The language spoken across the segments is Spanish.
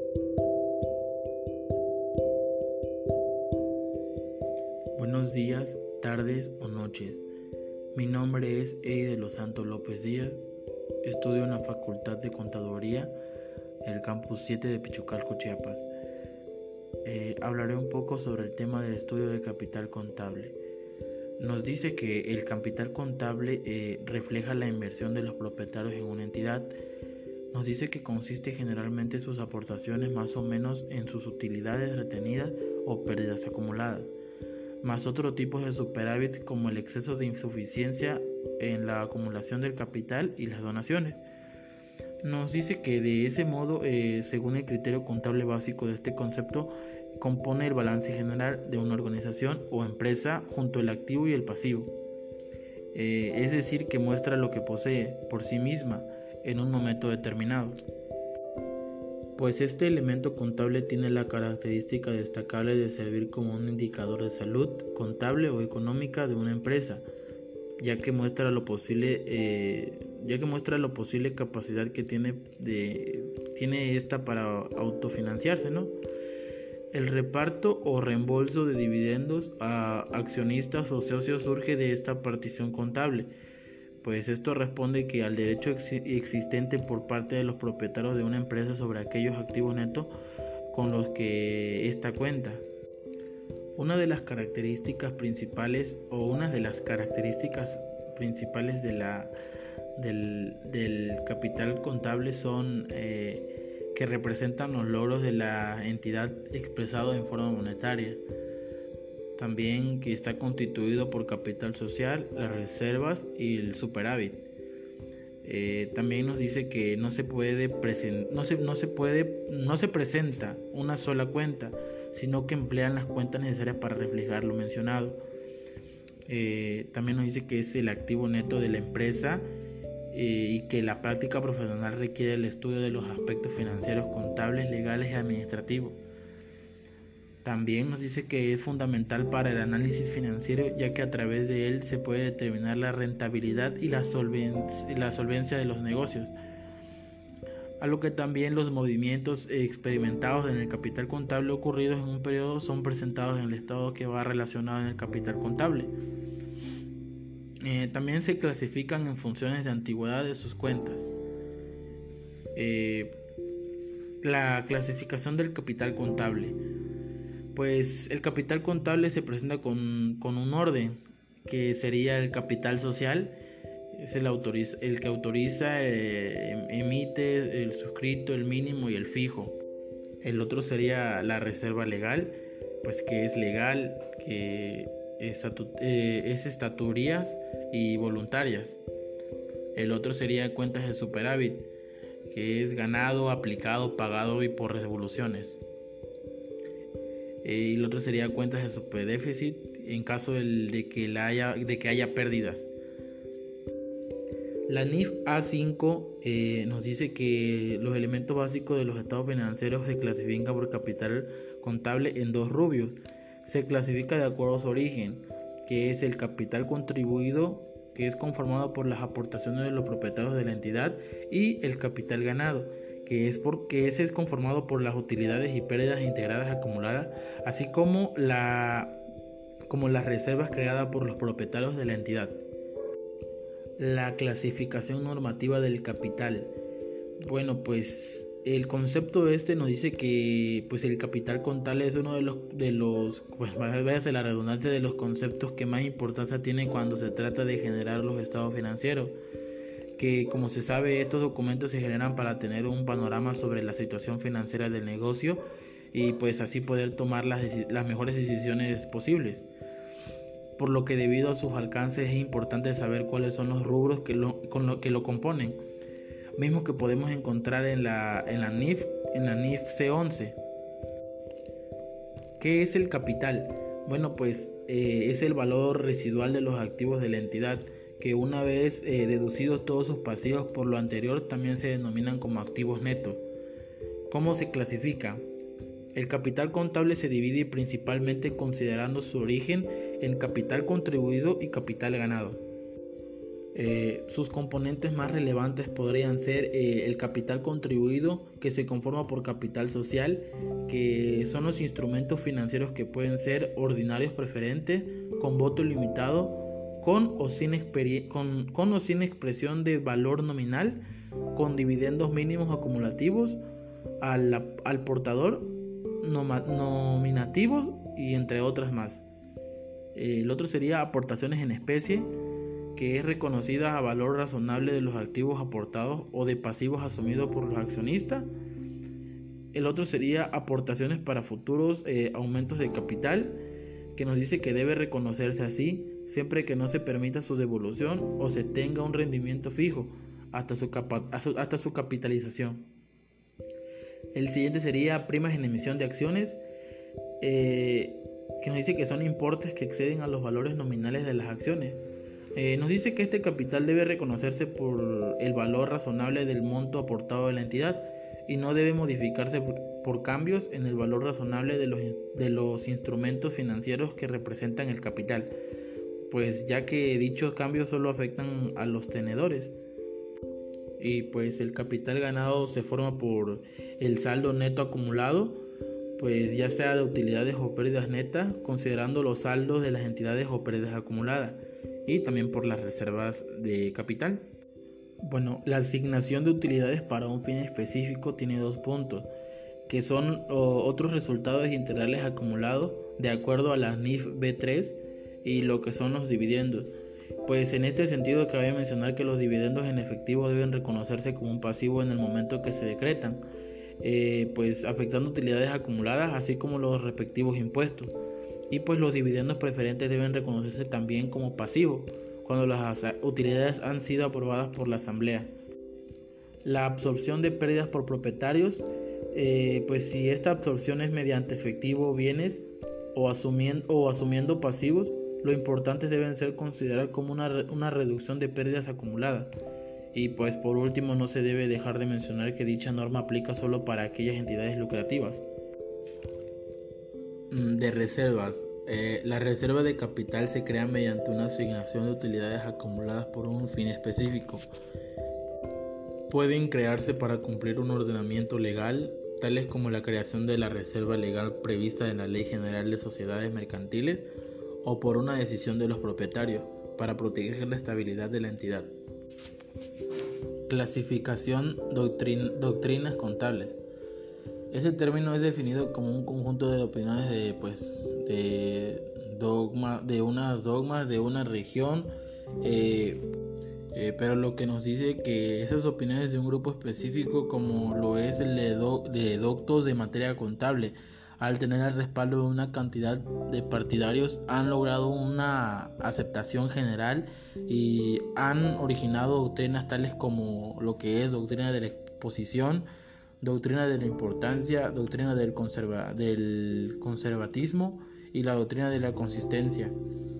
Buenos días, tardes o noches. Mi nombre es Eddie de los Santos López Díaz. Estudio en la Facultad de Contaduría, el Campus 7 de Pichucalco, Chiapas. Hablaré un poco sobre el tema del estudio de capital contable. Nos dice que el capital contable refleja la inversión de los propietarios en una entidad. Nos dice que consiste generalmente sus aportaciones más o menos en sus utilidades retenidas o pérdidas acumuladas, más otros tipos de superávit como el exceso de insuficiencia en la acumulación del capital y las donaciones. Nos dice que de ese modo, según el criterio contable básico de este concepto, compone el balance general de una organización o empresa junto al activo y el pasivo. Es decir, que muestra lo que posee por sí misma en un momento determinado. Pues este elemento contable tiene la característica destacable de servir como un indicador de salud contable o económica de una empresa, ya que muestra la posible capacidad que tiene esta para autofinanciarse, ¿no? El reparto o reembolso de dividendos a accionistas o socios surge de esta partición contable, pues esto responde que al derecho existente por parte de los propietarios de una empresa sobre aquellos activos netos con los que ésta cuenta. Una de las características principales del capital contable son que representan los logros de la entidad expresados en forma monetaria. También que está constituido por capital social, las reservas y el superávit. También nos dice que no se presenta una sola cuenta, sino que emplean las cuentas necesarias para reflejar lo mencionado. También nos dice que es el activo neto de la empresa y que la práctica profesional requiere el estudio de los aspectos financieros, contables, legales y administrativos. También nos dice que es fundamental para el análisis financiero, ya que a través de él se puede determinar la rentabilidad y la solvencia de los negocios. A lo que también los movimientos experimentados en el capital contable ocurridos en un periodo son presentados en el estado que va relacionado en el capital contable. También se clasifican en funciones de antigüedad de sus cuentas. La clasificación del capital contable. Pues el capital contable se presenta con un orden, que sería el capital social, es el que autoriza, emite, el suscrito, el mínimo y el fijo. El otro sería la reserva legal, pues que es legal, que es estatutorias y voluntarias. El otro sería cuentas de superávit, que es ganado, aplicado, pagado y por revoluciones. Y el otro sería cuentas de superdéficit en caso de que haya pérdidas. La NIF A5 nos dice que los elementos básicos de los estados financieros se clasifican por capital contable en dos rubrios. Se clasifica de acuerdo a su origen, que es el capital contribuido, que es conformado por las aportaciones de los propietarios de la entidad, y el capital ganado, que ese es conformado por las utilidades y pérdidas integradas acumuladas, así como las reservas creadas por los propietarios de la entidad. La clasificación normativa del capital. Bueno, pues el concepto nos dice que pues el capital contable es uno de los pues váyase la redundancia, de los conceptos que más importancia tiene cuando se trata de generar los estados financieros, que como se sabe estos documentos se generan para tener un panorama sobre la situación financiera del negocio y pues así poder tomar las mejores decisiones posibles. Por lo que debido a sus alcances es importante saber cuáles son los rubros que lo componen, mismo que podemos encontrar en la NIF C11. ¿Qué es el capital? Bueno, pues es el valor residual de los activos de la entidad, que una vez deducidos todos sus pasivos por lo anterior también se denominan como activos netos. ¿Cómo se clasifica? El capital contable se divide principalmente considerando su origen en capital contribuido y capital ganado. Sus componentes más relevantes podrían ser el capital contribuido, que se conforma por capital social, que son los instrumentos financieros que pueden ser ordinarios preferentes, con voto limitado, con o sin expresión de valor nominal, con dividendos mínimos acumulativos al portador, nominativos y entre otras más. El otro sería aportaciones en especie, que es reconocida a valor razonable de los activos aportados o de pasivos asumidos por los accionistas. El otro sería aportaciones para futuros aumentos de capital, que nos dice que debe reconocerse así siempre que no se permita su devolución o se tenga un rendimiento fijo hasta su capitalización. El siguiente sería primas en emisión de acciones, que nos dice que son importes que exceden a los valores nominales de las acciones. Nos dice que este capital debe reconocerse por el valor razonable del monto aportado de la entidad y no debe modificarse por cambios en el valor razonable de los instrumentos financieros que representan el capital, pues ya que dichos cambios solo afectan a los tenedores. Y pues el capital ganado se forma por el saldo neto acumulado, pues ya sea de utilidades o pérdidas netas, considerando los saldos de las entidades o pérdidas acumuladas, y también por las reservas de capital. Bueno, la asignación de utilidades para un fin específico tiene dos puntos, que son otros resultados integrales acumulados de acuerdo a la NIF B3 y lo que son los dividendos. Pues en este sentido cabe mencionar que los dividendos en efectivo deben reconocerse como un pasivo en el momento que se decretan, pues afectando utilidades acumuladas así como los respectivos impuestos. Y pues los dividendos preferentes deben reconocerse también como pasivo cuando las utilidades han sido aprobadas por la asamblea. La absorción de pérdidas por propietarios, pues si esta absorción es mediante efectivo, bienes o asumiendo pasivos, lo importante deben ser considerar como una reducción de pérdidas acumuladas. Y pues por último no se debe dejar de mencionar que dicha norma aplica solo para aquellas entidades lucrativas. De reservas. La reserva de capital se crea mediante una asignación de utilidades acumuladas por un fin específico. Pueden crearse para cumplir un ordenamiento legal, tales como la creación de la reserva legal prevista en la Ley General de Sociedades Mercantiles, o por una decisión de los propietarios, para proteger la estabilidad de la entidad. Clasificación doctrinas contables. Ese término es definido como un conjunto de opiniones de unas dogmas de una región, pero lo que nos dice que esas opiniones de un grupo específico, como lo es el de doctos de materia contable, al tener el respaldo de una cantidad de partidarios, han logrado una aceptación general y han originado doctrinas tales como lo que es doctrina de la exposición, doctrina de la importancia, doctrina del conservatismo y la doctrina de la consistencia.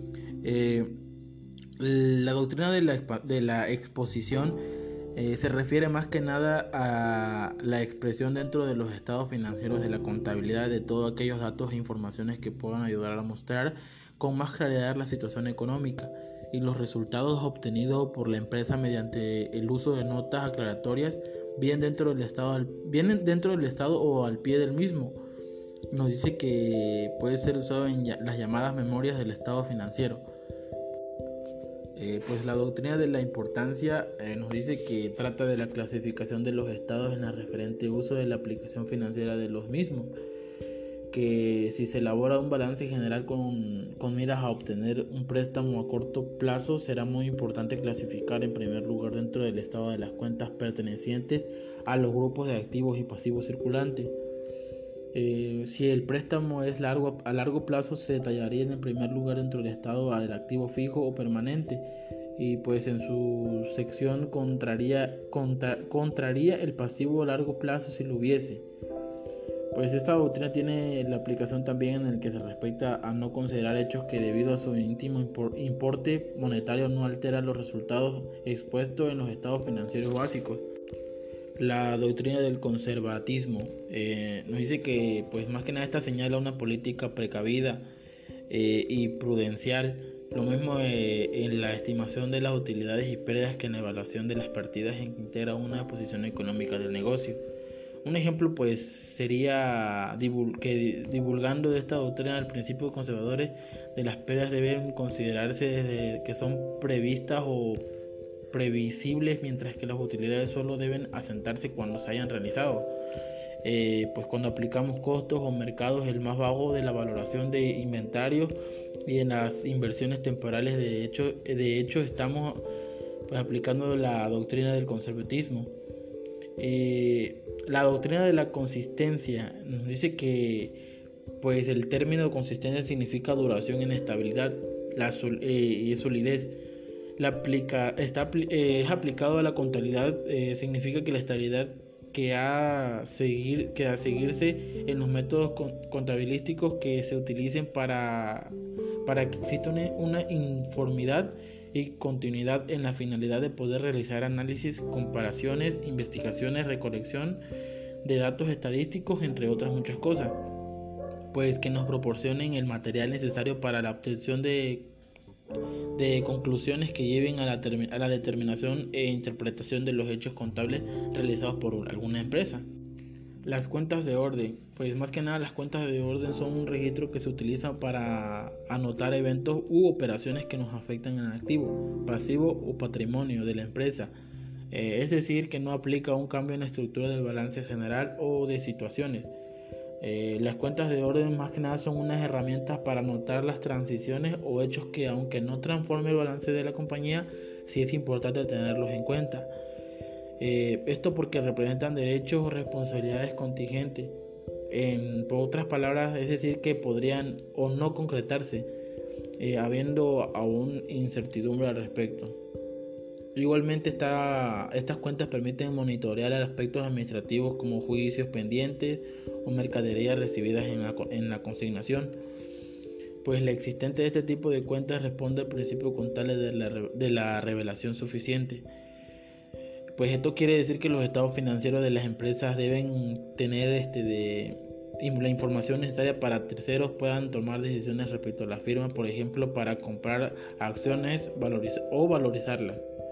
La doctrina de la exposición se refiere más que nada a la expresión dentro de los estados financieros de la contabilidad de todos aquellos datos e informaciones que puedan ayudar a mostrar con más claridad la situación económica y los resultados obtenidos por la empresa mediante el uso de notas aclaratorias, bien dentro del estado o al pie del mismo. Nos dice que puede ser usado en las llamadas memorias del estado financiero. Pues la doctrina de la importancia nos dice que trata de la clasificación de los estados en el referente uso de la aplicación financiera de los mismos, que si se elabora un balance general con miras a obtener un préstamo a corto plazo, será muy importante clasificar en primer lugar dentro del estado de las cuentas pertenecientes a los grupos de activos y pasivos circulantes. Si el préstamo es a largo plazo, se detallaría en el primer lugar dentro del estado al activo fijo o permanente, y pues en su sección contraría el pasivo a largo plazo si lo hubiese. Pues esta doctrina tiene la aplicación también en el que se respecta a no considerar hechos que debido a su íntimo importe monetario no alteran los resultados expuestos en los estados financieros básicos. La doctrina del conservatismo nos dice que pues más que nada esta señala una política precavida y prudencial Lo mismo en la estimación de las utilidades y pérdidas que en la evaluación de las partidas en que integra una posición económica del negocio. Un ejemplo pues sería que divulgando de esta doctrina del principio conservadores de las pérdidas deben considerarse desde que son previstas o previsibles, mientras que las utilidades solo deben asentarse cuando se hayan realizado. Pues cuando aplicamos costos o mercados el más bajo de la valoración de inventario y en las inversiones temporales, de hecho estamos pues aplicando la doctrina del conservatismo. La doctrina de la consistencia nos dice que pues el término consistencia significa duración en estabilidad y solidez. Es aplicado a la contabilidad, significa que la estabilidad que a seguirse en los métodos contabilísticos que se utilicen para que exista una uniformidad y continuidad en la finalidad de poder realizar análisis, comparaciones, investigaciones, recolección de datos estadísticos, entre otras muchas cosas, pues que nos proporcionen el material necesario para la obtención de conclusiones que lleven a la determinación e interpretación de los hechos contables realizados por alguna empresa. Las cuentas de orden, pues más que nada las cuentas de orden son un registro que se utiliza para anotar eventos u operaciones que nos afectan en el activo, pasivo o patrimonio de la empresa. Es decir, que no aplica un cambio en la estructura del balance general o de situaciones. Las cuentas de orden más que nada son unas herramientas para anotar las transiciones o hechos que, aunque no transforme el balance de la compañía, sí es importante tenerlos en cuenta. Esto porque representan derechos o responsabilidades contingentes. Por otras palabras, es decir, que podrían o no concretarse, habiendo aún incertidumbre al respecto. Igualmente estas cuentas permiten monitorear aspectos administrativos como juicios pendientes o mercaderías recibidas en la consignación. Pues la existencia de este tipo de cuentas responde al principio contable de la revelación suficiente. Pues esto quiere decir que los estados financieros de las empresas deben tener la información necesaria para terceros puedan tomar decisiones respecto a la firma, por ejemplo, para comprar acciones o valorizarlas.